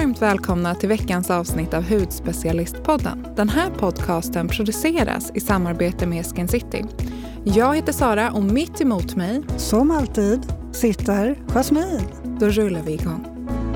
varmt välkomna till veckans avsnitt av Hudspecialistpodden. Den här podcasten produceras i samarbete med Skin City. Jag heter Sara och mitt emot mig, som alltid, sitter Jasmine. Då rullar vi igång.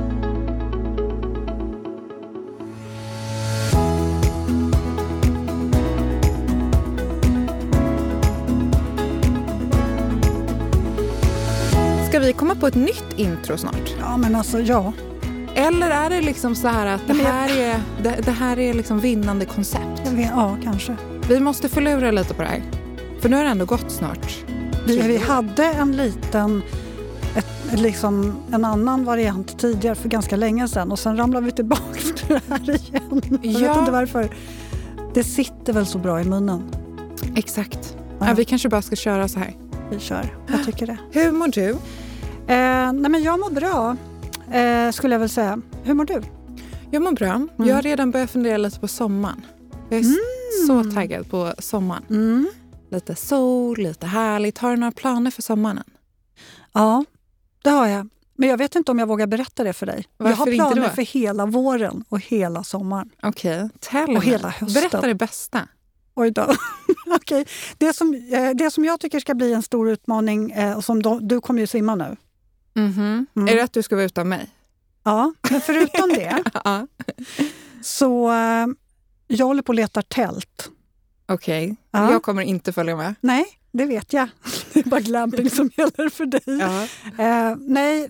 Ska vi komma på ett nytt intro snart? Ja, men alltså, ja. Eller är det liksom så här att det här är liksom vinnande koncept? Ja, kanske. Vi måste förlura lite på det här. För nu har det ändå gått snart. Vi hade en liten, liksom en annan variant tidigare för ganska länge sedan. Och sen ramlade vi tillbaka till det här igen. Jag vet inte varför. Det sitter väl så bra i munnen. Exakt. Ja, vi kanske bara ska köra så här. Vi kör, jag tycker det. Hur mår du? Nej, men jag mår bra, skulle jag väl säga. Hur mår du? Jag mår bra. Jag har redan börjat fundera lite på sommaren. Jag är så taggad på sommaren. Lite sol, lite härligt. Har du några planer för sommaren? Ja, det har jag. Men jag vet inte om jag vågar berätta det för dig. Varför jag har planer inte då? för hela våren och hela sommaren. Okej, tell och hela hösten. Berätta det bästa. Oj då. Okej. Det som jag tycker ska bli en stor utmaning, och som du kommer ju simma nu. Är det att du ska vara utan mig? Ja, men förutom det så jag håller på att leta tält. Okej. Jag kommer inte följa med. Nej, det vet jag. Det är bara glamping som gäller för dig. Nej,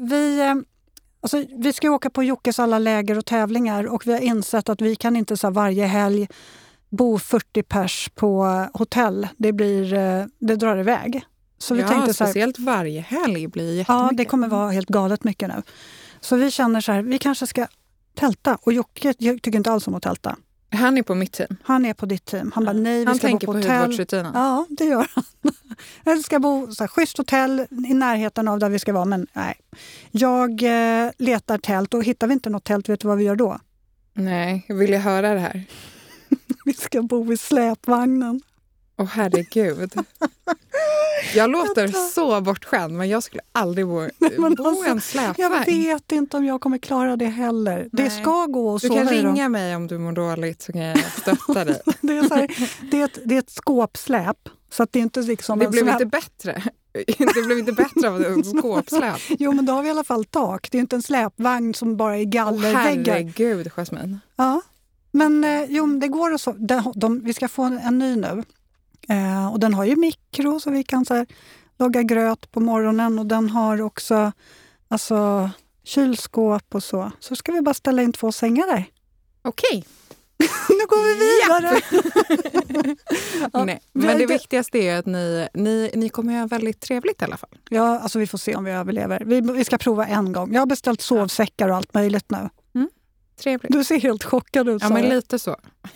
vi ska åka på Jockes alla läger och tävlingar, och vi har insett att vi kan inte så varje helg bo 40 pers på hotell. Det drar iväg. Så vi tänkte så här, speciellt varje helg blir jättemycket. Ja, det kommer vara helt galet mycket nu. Så vi känner så här, vi kanske ska tälta. Och Jocke tycker inte alls om att tälta. Han är på mitt team. Han är på ditt team. Han bara, nej, vi ska bo på hotell. Han tänker på hudvårdsrutinen. Ja, det gör han. Vi ska bo så här, schysst hotell i närheten av där vi ska vara. Men nej, jag letar tält, och hittar vi inte något tält, vet du vad vi gör då? Nej, vill jag höra det här? Vi ska bo i släpvagnen. Åh, herregud. Jag låter så bortskämd, men jag skulle aldrig bo i en släpvagn. Jag vet inte om jag kommer klara det heller. Nej. Det ska gå och så. Du kan ringa mig om du mår dåligt, så kan jag stötta dig. Det är ett skåpsläp. Så att det är inte liksom det blev inte bättre. Det blev inte bättre av ett skåpsläp. Jo, men då har vi i alla fall tak. Det är inte en släpvagn som bara är gallerväggar. Herregud, Jasmine. Ja. Men det går och så. Vi ska få en ny nu. Och den har ju mikro, så vi kan så här, laga gröt på morgonen. Och den har också kylskåp och så. Så ska vi bara ställa in 2 sängar där. Okej. Nu går vi vidare. Nej, men det viktigaste är att ni kommer göra väldigt trevligt i alla fall. Ja, alltså vi får se om vi överlever. Vi ska prova en gång. Jag har beställt sovsäckar och allt möjligt nu. Trevligt. Du ser helt chockad ut. Ja, men lite så.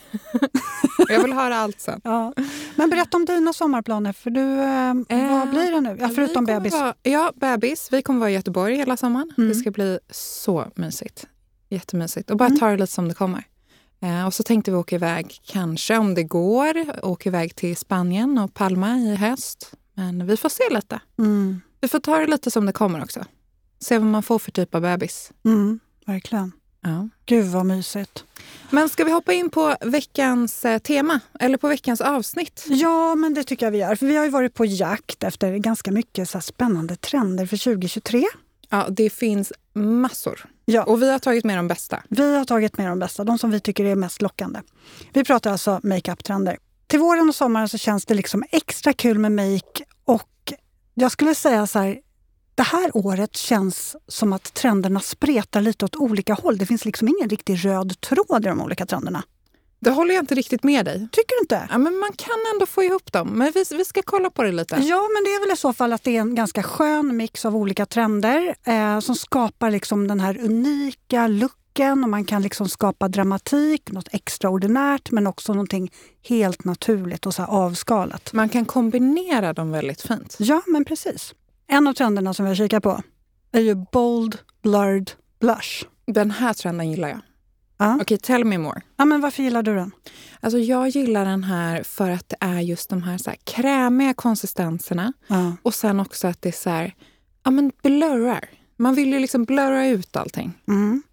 Jag vill höra allt sen. Ja. Men berätta om dina sommarplaner, för vad blir det nu? Ja, förutom bebis. Bebis. Vi kommer vara i Göteborg hela sommaren. Det ska bli så mysigt. Jättemysigt. Och bara ta det lite som det kommer. Och så tänkte vi åka iväg, kanske om det går, åka iväg till Spanien och Palma i höst. Men vi får se lite. Vi får ta det lite som det kommer också. Se vad man får för typ av bebis. Verkligen. Ja. Gud vad mysigt. Men ska vi hoppa in på veckans tema? Eller på veckans avsnitt? Ja, men det tycker jag vi gör. För vi har ju varit på jakt efter ganska mycket så här spännande trender för 2023. Ja, det finns massor. Ja. Och vi har tagit med de bästa. Vi har tagit med de bästa, de som vi tycker är mest lockande. Vi pratar alltså make-up-trender. Till våren och sommaren så känns det liksom extra kul med make. Och jag skulle säga så här, det här året känns som att trenderna spretar lite åt olika håll. Det finns liksom ingen riktig röd tråd i de olika trenderna. Det håller jag inte riktigt med dig. Tycker du inte? Ja, men man kan ändå få ihop dem. Men vi ska kolla på det lite. Ja, men det är väl i så fall att det är en ganska skön mix av olika trender som skapar liksom den här unika looken, och man kan liksom skapa dramatik, något extraordinärt, men också någonting helt naturligt och så här avskalat. Man kan kombinera dem väldigt fint. Ja, men precis. En av trenderna som vi har kikat på är ju Bold Blurred Blush. Den här trenden gillar jag. Okej, tell me more. Ja, men varför gillar du den? Alltså jag gillar den här för att det är just de här, så här krämiga konsistenserna. Och sen också att det är så här, blurrar. Man vill ju liksom blurra ut allting.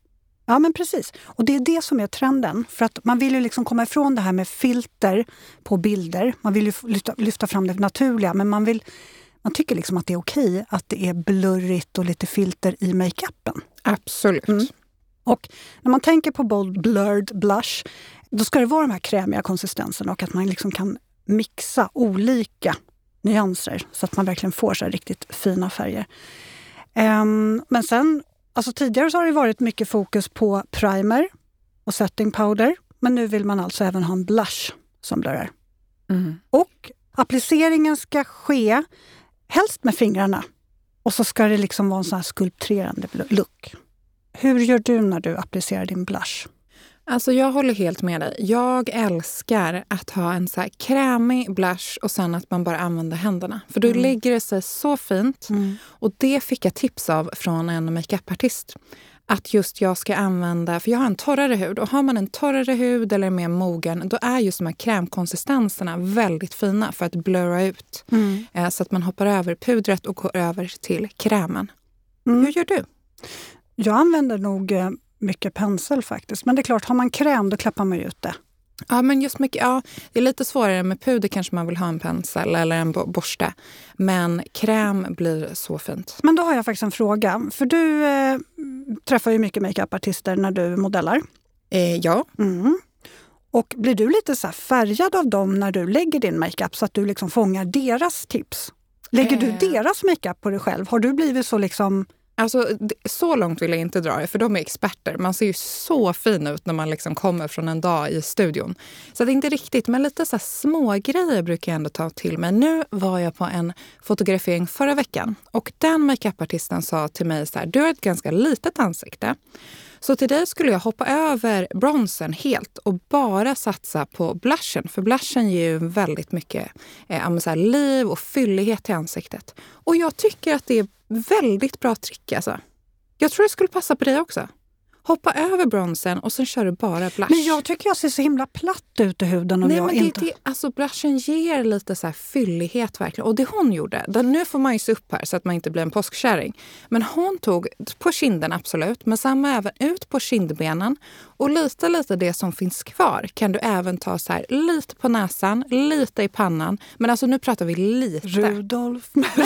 Ja, men precis. Och det är det som är trenden. För att man vill ju liksom komma ifrån det här med filter på bilder. Man vill ju lyfta fram det naturliga. Men man tycker liksom att det är okej att det är blurrigt och lite filter i make-upen. Absolut. Och när man tänker på bold blurred blush, då ska det vara de här krämiga konsistenserna och att man liksom kan mixa olika nyanser så att man verkligen får så här riktigt fina färger. Men sen, alltså tidigare så har det varit mycket fokus på primer och setting powder, men nu vill man alltså även ha en blush som blurrar. Och appliceringen ska ske helst med fingrarna och så ska det liksom vara en sån här skulptrerande look. Hur gör du när du applicerar din blush? Alltså jag håller helt med dig. Jag älskar att ha en så här krämig blush och sen att man bara använder händerna. För då lägger det sig så fint. Och det fick jag tips av från en makeupartist. Att just jag ska använda, för jag har en torrare hud. Och har man en torrare hud eller mer mogen, då är just de här krämkonsistenserna väldigt fina för att blurra ut. Så att man hoppar över pudret och går över till krämen. Hur gör du? Jag använder nog mycket pensel faktiskt. Men det är klart, har man kräm då klappar man ut det. Ja, men just mycket, det är lite svårare med puder, kanske man vill ha en pensel eller en borste. Men kräm blir så fint. Men då har jag faktiskt en fråga. För du träffar ju mycket makeupartister när du modellar. Ja. Och blir du lite så här färgad av dem när du lägger din makeup så att du liksom fångar deras tips? Lägger du deras makeup på dig själv? Har du blivit så liksom... Alltså, så långt vill jag inte dra det, för de är experter. Man ser ju så fin ut när man liksom kommer från en dag i studion. Så det är inte riktigt, men lite så här små grejer brukar jag ändå ta till mig. Nu var jag på en fotografering förra veckan och den makeupartisten sa till mig så här: du har ett ganska litet ansikte. Så till dig skulle jag hoppa över bronsen helt och bara satsa på blushen. För blushen ger ju väldigt mycket så här liv och fyllighet till ansiktet. Och jag tycker att det är väldigt bra trick alltså. Jag tror det skulle passa på dig också. Hoppa över bronsen och sen kör du bara blush. Men jag tycker jag ser så himla platt ut i huden om Nej, jag men inte... alltså blushen ger lite så här fyllighet verkligen. Och det hon gjorde, nu får man ju se upp här så att man inte blir en påskkärring. Men hon tog på kinden absolut, men samma även ut på kindbenen. Och lite det som finns kvar kan du även ta så här lite på näsan, lite i pannan. Men alltså nu pratar vi lite. Rudolf.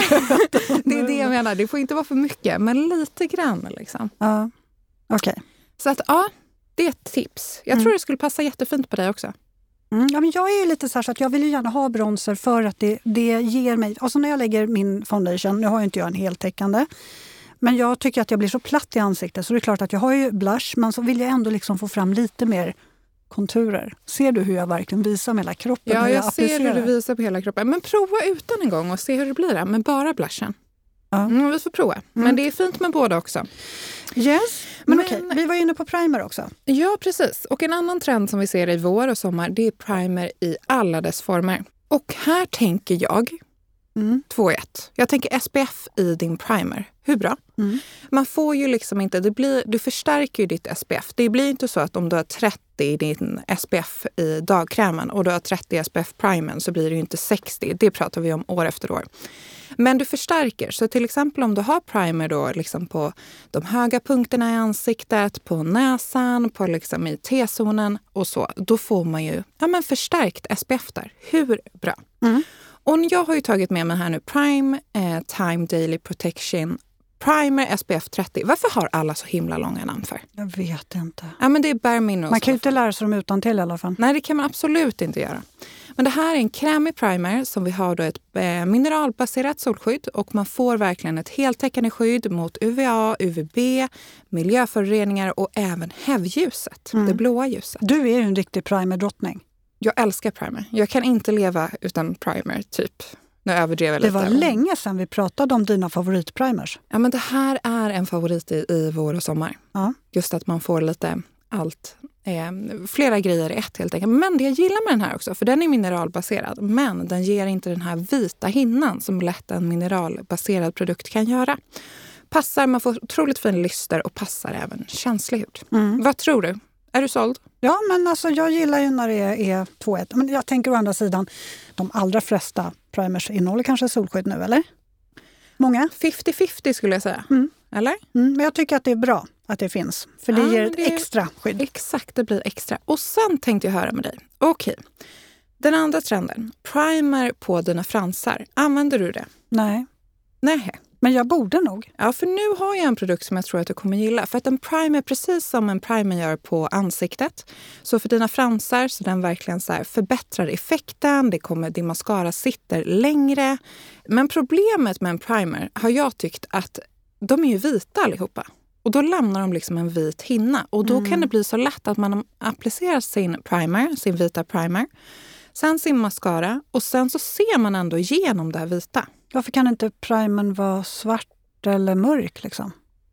Det är det jag menar, det får inte vara för mycket, men lite grann liksom. Ja. Okej. Så att det är ett tips. Jag tror det skulle passa jättefint på dig också. Ja, men jag är ju lite så här så att jag vill ju gärna ha bronzer för att det ger mig... Alltså när jag lägger min foundation, nu har ju inte jag en heltäckande, men jag tycker att jag blir så platt i ansiktet så det är klart att jag har ju blush, men så vill jag ändå liksom få fram lite mer konturer. Ser du hur jag verkligen visar med hela kroppen? Ja, jag ser hur du visar på hela kroppen. Men prova utan en gång och se hur det blir med bara blushen. Ja. Vi får prova. Men det är fint med båda också. Yes, men okej. Vi var inne på primer också. Ja, precis. Och en annan trend som vi ser i vår och sommar, det är primer i alla dess former. Och här tänker jag 2 i 1. Jag tänker SPF i din primer. Hur bra? Man får ju liksom inte, du förstärker ju ditt SPF. Det blir inte så att om du har 30 i din SPF i dagkrämen och du har 30 i SPF-primern så blir det ju inte 60. Det pratar vi om år efter år. Men du förstärker. Så till exempel om du har primer då liksom på de höga punkterna i ansiktet, på näsan, på liksom i T-zonen och så. Då får man ju förstärkt SPF där. Hur bra? Och jag har ju tagit med mig här nu Time Daily Protection Primer SPF 30. Varför har alla så himla långa namn för? Jag vet inte. Ja, men det är bare minimum. Man kan ju inte lära sig dem utan till i alla fall. Nej, det kan man absolut inte göra. Men det här är en krämig primer som vi har då ett mineralbaserat solskydd och man får verkligen ett heltäckande skydd mot UVA, UVB, miljöföroreningar och även hävljuset, det blåa ljuset. Du är ju en riktig primerdrottning. Jag älskar primer. Jag kan inte leva utan primer, typ. Nu överdrev jag lite. Det var länge sedan vi pratade om dina favoritprimers. Ja, men det här är en favorit i vår och sommar. Ja. Just att man får lite allt. Flera grejer i ett helt enkelt. Men det jag gillar med den här också, för den är mineralbaserad. Men den ger inte den här vita hinnan som lätt en mineralbaserad produkt kan göra. Passar, man får otroligt fin lyster och passar även känslig hud. Vad tror du? Är du såld? Ja, men alltså jag gillar ju när det är 2-1. Men jag tänker å andra sidan, de allra flesta primers innehåller kanske solskydd nu, eller? Många? 50-50 skulle jag säga. Eller? Men jag tycker att det är bra. att det finns. För det ger ett extra skydd. Exakt, det blir extra. Och sen tänkte jag höra med dig. Okej. Den andra trenden. Primer på dina fransar. Använder du det? Nej. Nej. Men jag borde nog. Ja, för nu har jag en produkt som jag tror att du kommer gilla. För att en primer, precis som en primer gör på ansiktet. Så för dina fransar så den verkligen så här förbättrar effekten. Din mascara sitter längre. Men problemet med en primer har jag tyckt att de är ju vita allihopa. Och då lämnar de liksom en vit hinna. Och då kan det bli så lätt att man applicerar sin primer, sin vita primer. Sen sin mascara. Och sen så ser man ändå igenom det här vita. Varför kan inte primern vara svart eller mörk liksom?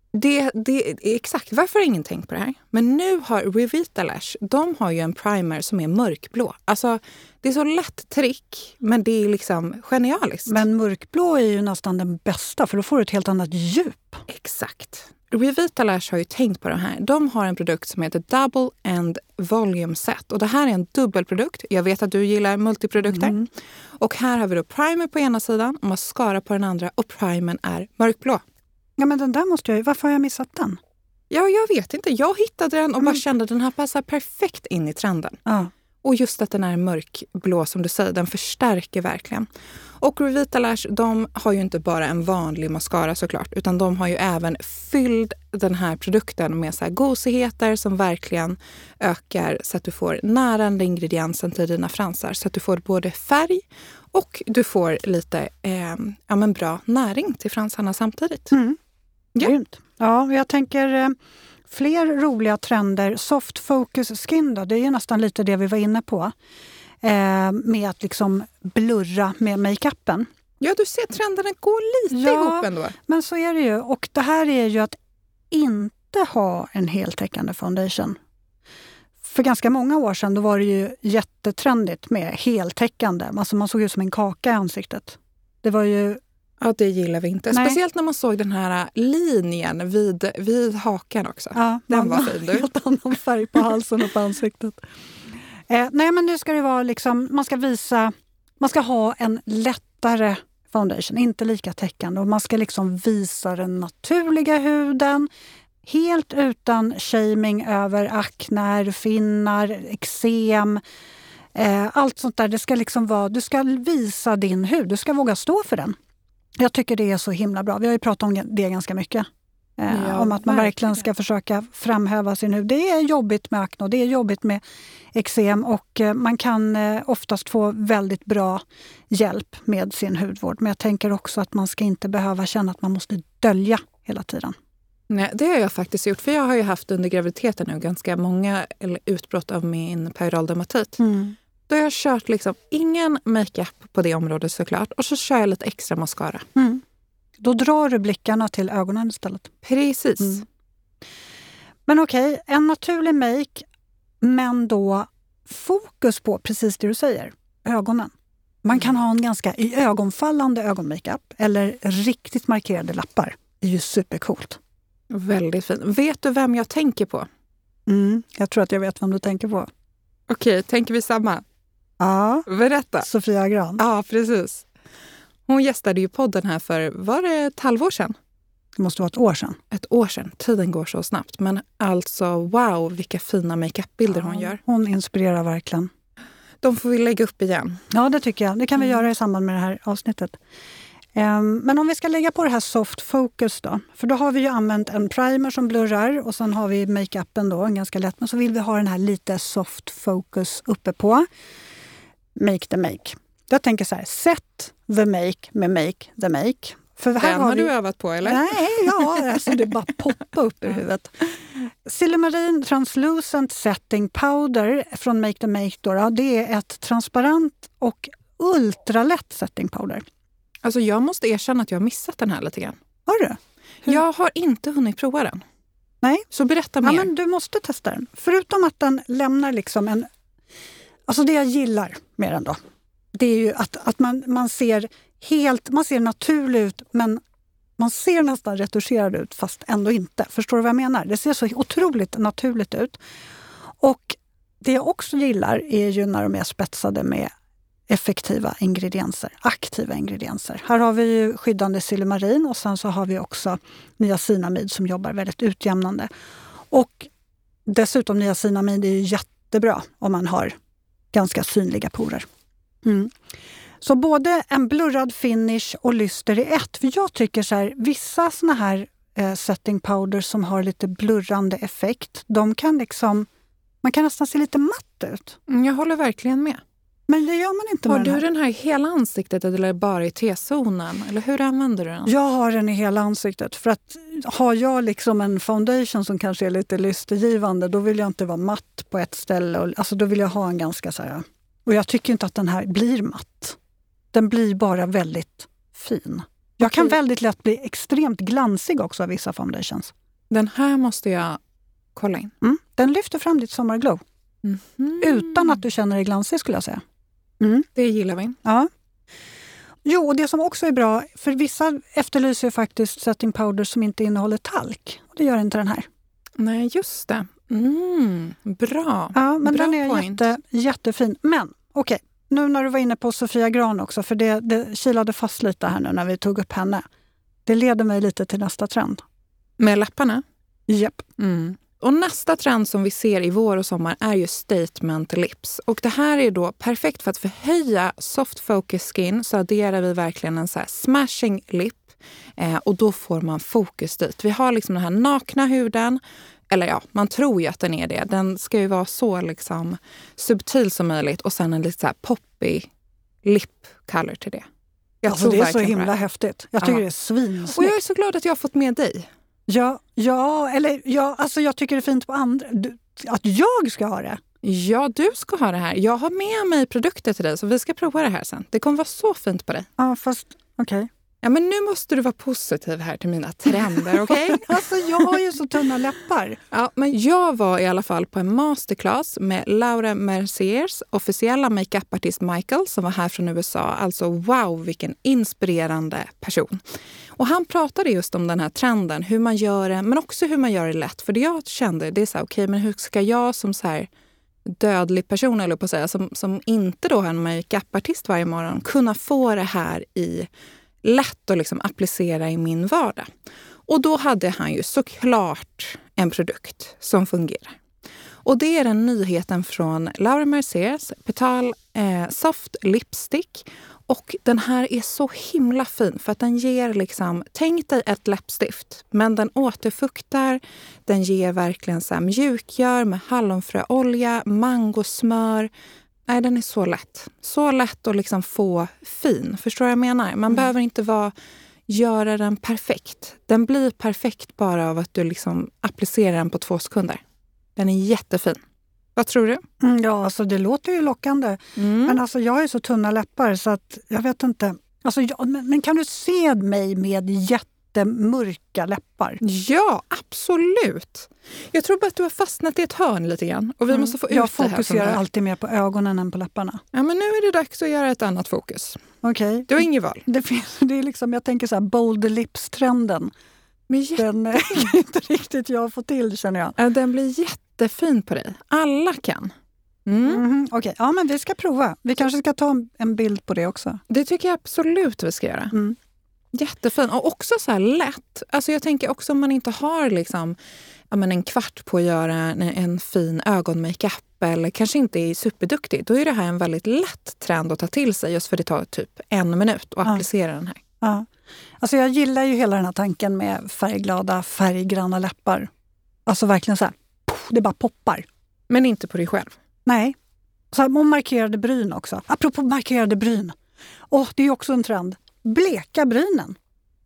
Exakt, varför har ingen tänkt på det här? Men nu har Revitalash, de har ju en primer som är mörkblå. Alltså, det är så lätt trick, men det är liksom genialiskt. Men mörkblå är ju nästan den bästa, för då får du ett helt annat djup. Exakt. Revitalash har ju tänkt på det här. De har en produkt som heter Double End Volume Set. Och det här är en dubbelprodukt. Jag vet att du gillar multiprodukter. Och här har vi då primer på ena sidan, mascara på den andra och primern är mörkblå. Ja, men den där måste jag ju... Varför har jag missat den? Ja, jag vet inte. Jag hittade den och bara kände att den här passar perfekt in i trenden. Ja. Och just att den är mörkblå som du säger, den förstärker verkligen. Och Revitalash, de har ju inte bara en vanlig mascara såklart, utan de har ju även fyllt den här produkten med så här gosigheter som verkligen ökar så att du får närande ingrediensen till dina fransar. Så att du får både färg och du får lite bra näring till fransarna samtidigt. Grymt. Ja, jag tänker... Fler roliga trender. Soft focus skin då, det är ju nästan lite det vi var inne på. Med att liksom blurra med makeupen. Ja, du ser trenderna går lite ihop ändå. Men så är det ju. Och det här är ju att inte ha en heltäckande foundation. För ganska många år sedan då var det ju jättetrendigt med heltäckande. Alltså man såg ut som en kaka i ansiktet. Det var ju... Ja, det gillar vi inte. Nej. Speciellt när man såg den här linjen vid hakan också. Ja, den var fin. Helt annan färg på halsen och på ansiktet. Nej, men nu ska det vara liksom, man ska ha en lättare foundation, inte lika täckande. Och man ska liksom visa den naturliga huden, helt utan shaming över akner, finnar, eksem. Allt sånt där, det ska liksom vara, du ska visa din hud, du ska våga stå för den. Jag tycker det är så himla bra. Vi har ju pratat om det ganska mycket. Om att man verkligen ska försöka framhäva sin hud. Det är jobbigt med akne, det är jobbigt med eksem och man kan oftast få väldigt bra hjälp med sin hudvård. Men jag tänker också att man ska inte behöva känna att man måste dölja hela tiden. Nej, det har jag faktiskt gjort. För jag har ju haft under graviditeten nu ganska många utbrott av min periodal dermatit. Då har jag kört liksom ingen makeup på det området såklart. Och så kör jag lite extra mascara. Då drar du blickarna till ögonen istället. Precis. Men okej, en naturlig make, men då fokus på precis det du säger, ögonen. Man kan ha en ganska ögonfallande ögonmakeup eller riktigt markerade lappar. Det är ju supercoolt. Väldigt fint. Vet du vem jag tänker på? Jag tror att jag vet vem du tänker på. Okej, tänker vi samma? Ja. Berätta. Sofia Gran. Ja, precis. Hon gästade ju podden här för, var det ett halvår sedan? Det måste vara ett år sedan. Ett år sedan. Tiden går så snabbt. Men alltså, wow, vilka fina make-up-bilder hon gör. Hon inspirerar verkligen. De får vi lägga upp igen. Ja, det tycker jag. Det kan vi göra i samband med det här avsnittet. Men om vi ska lägga på det här soft focus då. För då har vi ju använt en primer som blurrar och sen har vi make-upen då, en ganska lätt. Men så vill vi ha den här lite soft focus uppe på. Make the make. Jag tänker så här, set the make med make the make. För här den har du övat på, eller? Nej, alltså det bara poppa upp i huvudet. Silymarin Translucent Setting Powder från Make the Make då, det är ett transparent och ultralätt setting powder. Alltså jag måste erkänna att jag har missat den här lite grann. Har du? Jag har inte hunnit prova den. Nej. Så berätta mer. Ja, men du måste testa den. Förutom att den lämnar liksom en... Alltså det jag gillar med den då, det är ju att man ser helt... Man ser naturlig ut, men man ser nästan retuscherad ut fast ändå inte. Förstår du vad jag menar? Det ser så otroligt naturligt ut. Och det jag också gillar är ju när de är spetsade med effektiva ingredienser, aktiva ingredienser. Här har vi ju skyddande silymarin och sen så har vi också niacinamid som jobbar väldigt utjämnande. Och dessutom niacinamid är ju jättebra om man har ganska synliga porer. Så både en blurrad finish och lyster i ett. För jag tycker så här, vissa såna här setting powder som har lite blurrande effekt, de kan liksom, man kan nästan se lite matt ut. Jag håller verkligen med. Men det gör man inte med den här. Har du den här i hela ansiktet eller bara i T-zonen? Eller hur använder du den? Jag har den i hela ansiktet. För att har jag liksom en foundation som kanske är lite lystergivande, då vill jag inte vara matt på ett ställe. Alltså då vill jag ha en ganska så här. Och jag tycker inte att den här blir matt. Den blir bara väldigt fin. Jag kan väldigt lätt bli extremt glansig också av vissa foundations. Den här måste jag kolla in. Den lyfter fram ditt sommarglow. Utan att du känner dig glansig skulle jag säga. Det gillar vi. Ja. Jo, och det som också är bra, för vissa efterlyser ju faktiskt setting powder som inte innehåller talk. Och det gör inte den här. Nej, just det. Bra. Ja, men bra den är jättefin. Men okej, nu när du var inne på Sofia Gran också, för det kilade fast lite här nu när vi tog upp henne. Det leder mig lite till nästa trend. Med läpparna? Japp. Och nästa trend som vi ser i vår och sommar är ju statement lips. Och det här är då perfekt för att förhöja soft focus skin, så adderar vi verkligen en så här smashing lip. Och då får man fokus dit. Vi har liksom den här nakna huden, eller ja, man tror ju att den är det. Den ska ju vara så liksom subtil som möjligt och sen en lite så här poppy lip color till det. Alltså det är så himla häftigt. Jag tycker det är svinsnyggt. Och jag är så glad att jag har fått med dig. Alltså jag tycker det är fint på andra. Att jag ska ha det. Ja, du ska ha det här. Jag har med mig produkter till dig så vi ska prova det här sen. Det kommer vara så fint på dig. Ja, fast okej. Ja, men nu måste du vara positiv här till mina trender, okej? Alltså jag har ju så tunna läppar. Ja, men jag var i alla fall på en masterclass med Laura Merciers officiella makeup-artist Michael som var här från USA. Alltså wow, vilken inspirerande person. Och han pratade just om den här trenden, hur man gör det, men också hur man gör det lätt. För det jag kände, det är så här, okej, men hur ska jag som så här dödlig person, eller på att säga, som inte då har en makeup-artist varje morgon, kunna få det här i lätt att liksom applicera i min vardag. Och då hade han ju såklart en produkt som fungerar. Och det är den nyheten från Laura Merciers Petal Soft Lipstick. Och den här är så himla fin för att den ger liksom, tänk dig ett läppstift, men den återfuktar, den ger verkligen så här mjukgör med hallonfröolja, mangosmör. Nej, den är så lätt. Så lätt att liksom få fin. Förstår jag menar? Man behöver inte göra den perfekt. Den blir perfekt bara av att du liksom applicerar den på 2 sekunder. Den är jättefin. Vad tror du? Ja, alltså det låter ju lockande. Men alltså jag har ju så tunna läppar så att jag vet inte. Alltså, men kan du se mig med jättemörka läppar? Ja, absolut. Jag tror bara att du har fastnat i ett hörn lite grann. Och vi måste få ut jag det här. Jag fokuserar alltid mer på ögonen än på läpparna. Ja, men nu är det dags att göra ett annat fokus. Okej. Du har inget val. Det är liksom, jag tänker så här, bold lips-trenden. Den är inte riktigt jag får till, känner jag. Ja, den blir jättefin på dig. Alla kan. Okej, ja men vi ska prova. Vi kanske ska ta en bild på det också. Det tycker jag absolut vi ska göra. Jättefin. Och också så här lätt. Alltså jag tänker också om man inte har liksom, en kvart på att göra en fin ögonmakeup eller kanske inte är superduktig. Då är det här en väldigt lätt trend att ta till sig just för det tar typ 1 minut att applicera den här. Ja. Alltså jag gillar ju hela den här tanken med färgglada, färggranna läppar. Alltså verkligen så här, det bara poppar. Men inte på dig själv? Nej. Så här, och markerade bryn också. Apropå markerade bryn. Det är också en trend. Bleka brynen.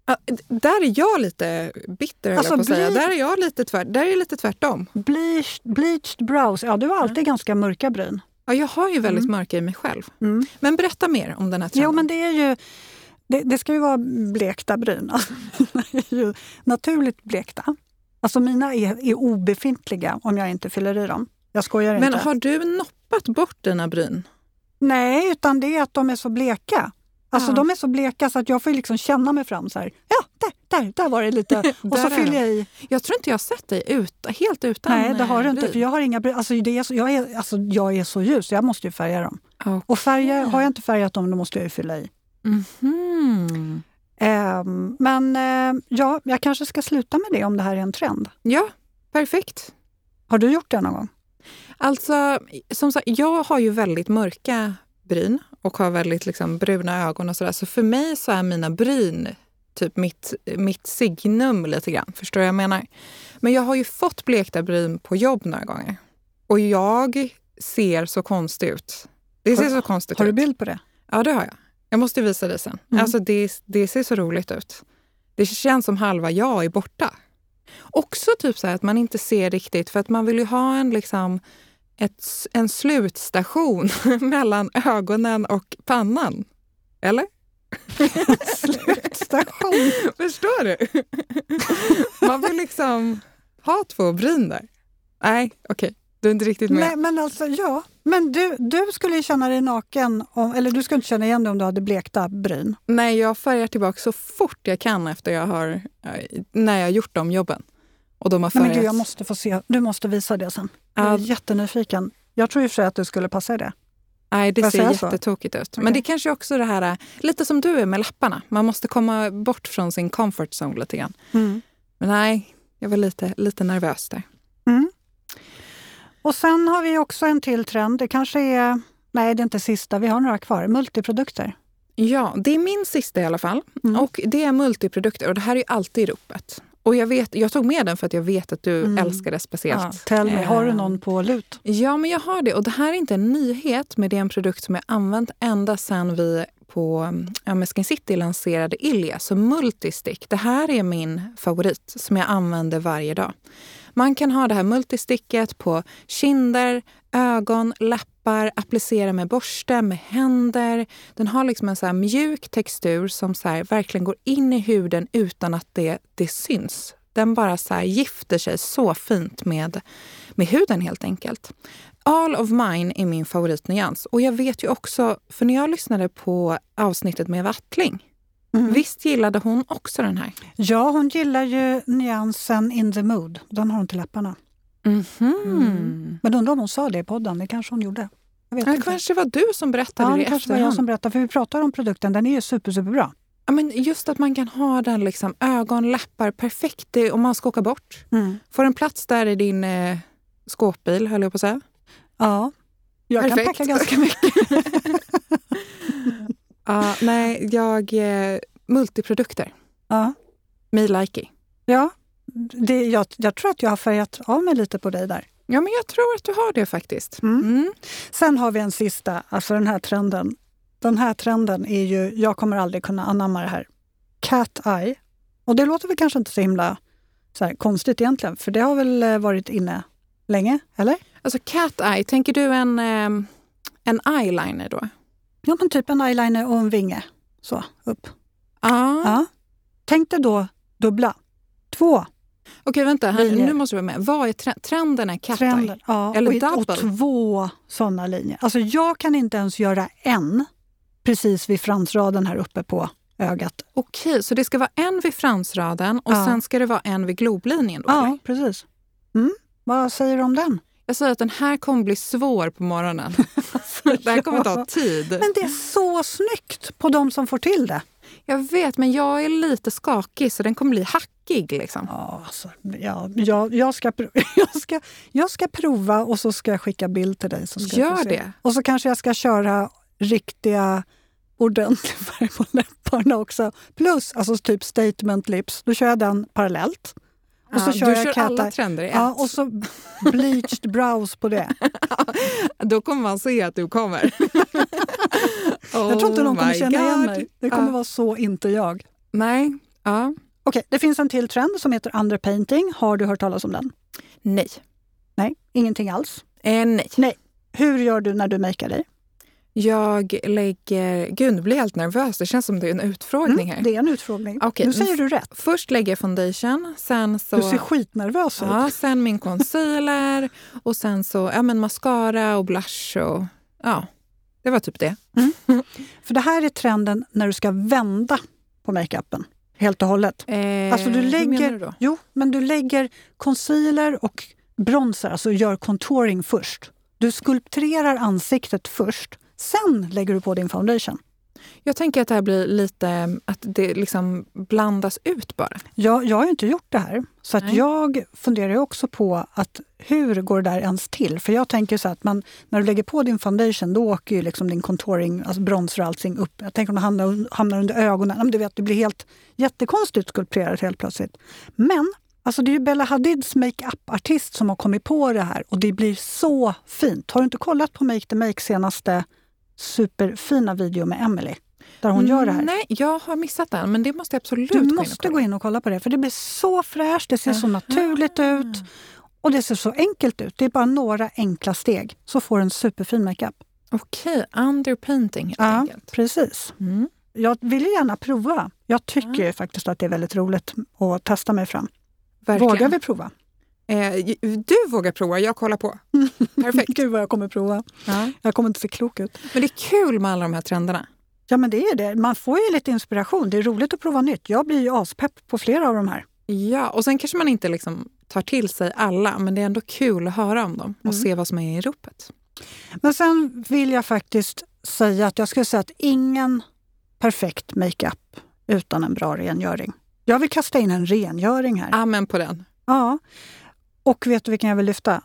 Där är jag lite bitter, alltså, på att säga. Där är jag lite tvärtom. Bleached brows. Ja, du har alltid ganska mörka bryn. Ja, jag har ju väldigt mörka i mig själv. Men berätta mer om den här trenden. Jo, men det är ju... Det ska ju vara blekta bryn. Det är ju naturligt blekta. Alltså mina är obefintliga om jag inte fyller i dem. Jag skojar inte. Men har du noppat bort dina bryn? Nej, utan det är att de är så bleka. Alltså de är så bleka så att jag får liksom känna mig fram så här. Ja, där var det lite. Och så fyller jag i. Jag tror inte jag har sett dig helt utan. Nej, det har du inte. För jag har inga bryn. Alltså, jag är så ljus. Jag måste ju färga dem. Okay. Och färger, har jag inte färgat dem, då måste jag ju fylla i. Mm-hmm. Men jag kanske ska sluta med det om det här är en trend. Ja, perfekt. Har du gjort det någon gång? Alltså, som sagt, jag har ju väldigt mörka bryn och har väldigt liksom bruna ögon och sådär. Så för mig så är mina bryn typ mitt signum lite grann. Förstår jag menar? Men jag har ju fått blekta bryn på jobb några gånger. Och jag ser så konstigt ut. Det ser så konstigt ut. Har du bild på det? Ja, det har jag. Jag måste visa dig sen. Alltså det ser så roligt ut. Det känns som halva jag är borta. Också typ så här att man inte ser riktigt, för att man vill ju ha en slutstation mellan ögonen och pannan. Eller? Slutstation? Förstår du? Man vill liksom ha 2 bryn där. Nej, okej. Du är inte riktigt med. Nej, men alltså, ja. Men du skulle ju känna dig naken, eller du skulle inte känna igen dig om du hade blekta bryn. Nej, jag färgar tillbaka så fort jag kan efter när jag har gjort de jobben. Och de har färgat. Men gud, jag måste få se. Du måste visa det sen. Jag är jättenyfiken. Jag tror ju för att du skulle passa i det. Nej, det ser jättetokigt ut. Okay. Men det kanske också det här, lite som du är med lapparna. Man måste komma bort från sin comfort zone lite grann. Mm. Men nej, jag var lite nervös där. Mm. Och sen har vi också en till trend. Det kanske är, nej det är inte sista, vi har några kvar. Multiprodukter. Ja, det är min sista i alla fall. Mm. Och det är multiprodukter och det här är ju alltid i ropet. Och jag tog med den för att jag vet att du älskar det speciellt. Ja, tell me, har du någon på lut? Ja, men jag har det. Och det här är inte en nyhet, men det är en produkt som jag använt ända sedan vi på Skin City lanserade Ilia. Så Multistick, det här är min favorit som jag använder varje dag. Man kan ha det här multisticket på kinder, ögon, läppar, applicera med borste, med händer. Den har liksom en så här mjuk textur som så här verkligen går in i huden utan att det syns. Den bara så här gifter sig så fint med huden helt enkelt. All of Mine är min favoritnyans. Och jag vet ju också, för när jag lyssnade på avsnittet med Wattling, visst gillade hon också den här? Ja, hon gillar ju nyansen In the Mood. Den har hon till läpparna. Men undrar om hon sa det i podden. Det kanske hon gjorde. Jag vet inte. Kanske var du som berättade det. Ja, det kanske var jag som berättade. För vi pratar om produkten. Den är ju superbra. Ja, men just att man kan ha den liksom ögon, läppar, perfekt om man ska åka bort. Får en plats där i din skåpbil, höll jag på att säga. Ja, jag kan packa ganska mycket. Nej, multiprodukter. Ja. Me likey. Ja, jag tror att jag har färgat av mig lite på dig där. Ja, men jag tror att du har det faktiskt. Sen har vi en sista, alltså den här trenden. Den här trenden är ju, jag kommer aldrig kunna anamma det här. Cat eye. Och det låter väl kanske inte så himla så här konstigt egentligen, för det har väl varit inne länge, eller? Alltså cat eye, tänker du en eyeliner då? Ja, men typ en eyeliner och en vinge. Så, upp. Ja. Tänk dig då dubbla. 2. Okej, vänta. Nu måste vi vara med. Vad är trenden är cat eye? Ja, eller double? Och 2 sådana linjer. Alltså jag kan inte ens göra en precis vid fransraden här uppe på ögat. Okej, så det ska vara en vid fransraden och sen ska det vara en vid globlinjen då? Ja, precis. Vad säger du om den? Jag säger att den här kommer bli svår på morgonen. Det här kommer ta tid. Men det är så snyggt på de som får till det. Jag vet, men jag är lite skakig så den kommer bli hackig liksom. Ja, alltså, jag ska prova och så ska jag skicka bild till dig. Så ska Gör det. Och så kanske jag ska köra riktiga ordentlig färg på läpparna också. Plus, alltså typ statement lips. Då kör jag den parallellt. Och så kör jag alla trender i ett. Ja, och så bleached brows på det. Då kommer man se att du kommer. Jag tror inte någon kommer känna igen mig. Det kommer vara så inte jag. Nej. Okej, det finns en till trend som heter underpainting. Har du hört talas om den? Nej. Nej, ingenting alls? Nej. Hur gör du när du makear dig? Jag lägger... Gud, nu blir jag helt nervös. Det känns som det är en utfrågning här. Det är en utfrågning. Okay. Nu säger du rätt. Först lägger jag foundation. Sen så... Du ser skitnervös ut. Ja, sen min concealer. Och sen så mascara och blush. Och, det var typ det. För det här är trenden när du ska vända på makeupen. Helt och hållet. Alltså du lägger... Hur menar du då? Jo, men du lägger concealer och bronzer. Alltså gör contouring först. Du skulpterar ansiktet först. Sen lägger du på din foundation. Jag tänker att det här blir lite, att det liksom blandas ut bara. Jag har ju inte gjort det här. Så att jag funderar ju också på att hur går det där ens till? För jag tänker så att när du lägger på din foundation, då åker ju liksom din contouring, alltså bronzer och allting upp. Jag tänker om det hamnar under ögonen. Men du vet, det blir helt jättekonstigt skulpterat helt plötsligt. Men alltså det är ju Bella Hadids make-up-artist som har kommit på det här. Och det blir så fint. Har du inte kollat på Make the Make senaste superfina video med Emily? Där hon gör det här. Nej, jag har missat den, men det måste jag absolut gå in och kolla på det. För det blir så fräscht, det ser så naturligt ut. Och det ser så enkelt ut. Det är bara några enkla steg. Så får du en superfin makeup. Okej, underpainting helt enkelt. Precis. Jag vill ju gärna prova. Jag tycker ju faktiskt att det är väldigt roligt att testa mig fram. Verkligen. Vågar vi prova? Du vågar prova, jag kollar på. Perfekt. Gud vad jag kommer prova. Ja. Jag kommer inte se klok ut. Men det är kul med alla de här trenderna. Ja, men det är det. Man får ju lite inspiration. Det är roligt att prova nytt. Jag blir ju aspepp på flera av de här. Ja, och sen kanske man inte liksom tar till sig alla, men det är ändå kul att höra om dem och se vad som är i ropet. Men sen vill jag faktiskt säga att jag skulle säga att ingen perfekt makeup utan en bra rengöring. Jag vill kasta in en rengöring här. Amen på den. Ja. Och vet du vilken jag vill lyfta?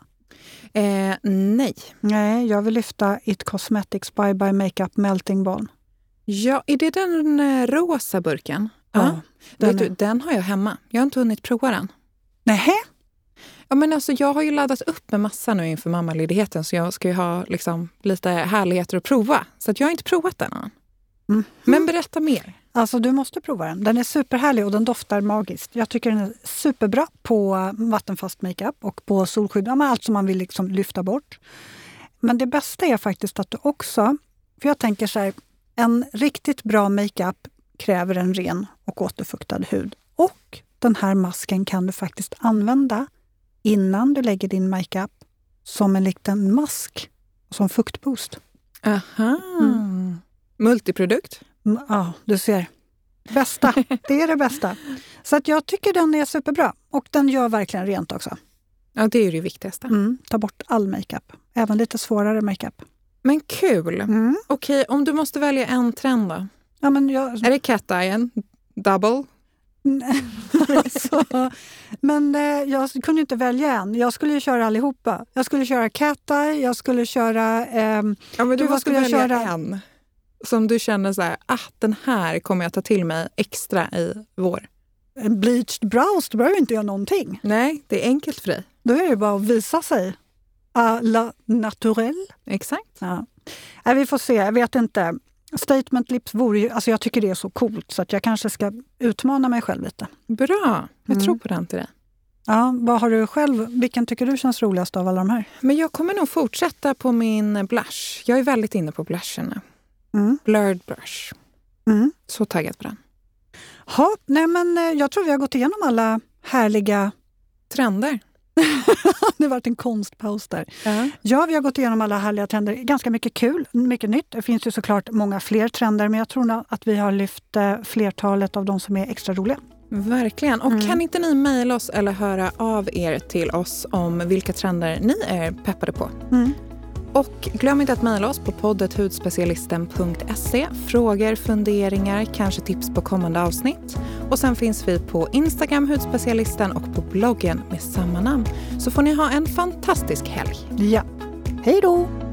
Nej. Nej, jag vill lyfta It Cosmetics Bye Bye Makeup Melting Balm. Ja, är det den rosa burken? Ja. Den har jag hemma. Jag har inte hunnit prova den. Nähä? Ja, men alltså, jag har ju laddat upp med massa nu inför mammaledigheten, så jag ska ju ha liksom lite härligheter att prova. Så att jag har inte provat den än. Men berätta mer. Alltså du måste prova den. Den är superhärlig och den doftar magiskt. Jag tycker den är superbra på vattenfast makeup och på solskydd. Ja, allt som man vill liksom lyfta bort. Men det bästa är faktiskt att du också, för jag tänker så här, en riktigt bra makeup kräver en ren och återfuktad hud. Och den här masken kan du faktiskt använda innan du lägger din makeup som en liten mask, som fuktboost. Aha. Multiprodukt? Ja, du ser. Bästa. Det är det bästa. Så att jag tycker den är superbra. Och den gör verkligen rent också. Ja, det är ju det viktigaste. Ta bort all makeup. Även lite svårare makeup. Men kul. Okej, om du måste välja en trend då? Ja, men är det cat eyen? Double? Alltså, men jag kunde inte välja en. Jag skulle ju köra allihopa. Jag skulle köra cat eye, jag skulle köra... ja, men du måste välja en. Som du känner så här, den här kommer jag ta till mig extra i vår. En bleached brows, då behöver inte göra någonting. Nej, det är enkelt för dig. Då är det bara att visa sig. À la naturelle. Exakt. Ja. Vi får se, jag vet inte. Statement lips vore ju, alltså jag tycker det är så coolt så att jag kanske ska utmana mig själv lite. Bra, jag tror på den till dig. Ja, vad har du själv? Vilken tycker du känns roligast av alla de här? Men jag kommer nog fortsätta på min blush. Jag är väldigt inne på blushen nu. Blurred brush. Så taggad på den. Ja, nej men jag tror vi har gått igenom alla härliga trender. Det har varit en konstpaus där. Ja, vi har gått igenom alla härliga trender. Ganska mycket kul, mycket nytt. Det finns ju såklart många fler trender, men jag tror att vi har lyft flertalet av de som är extra roliga. Verkligen. Och kan inte ni mejla oss eller höra av er till oss om vilka trender ni är peppade på? Och glöm inte att mejla oss på poddet.hudspecialisten.se. Frågor, funderingar, kanske tips på kommande avsnitt. Och sen finns vi på Instagram Hudspecialisten och på bloggen med samma namn. Så får ni ha en fantastisk helg. Ja, hej då!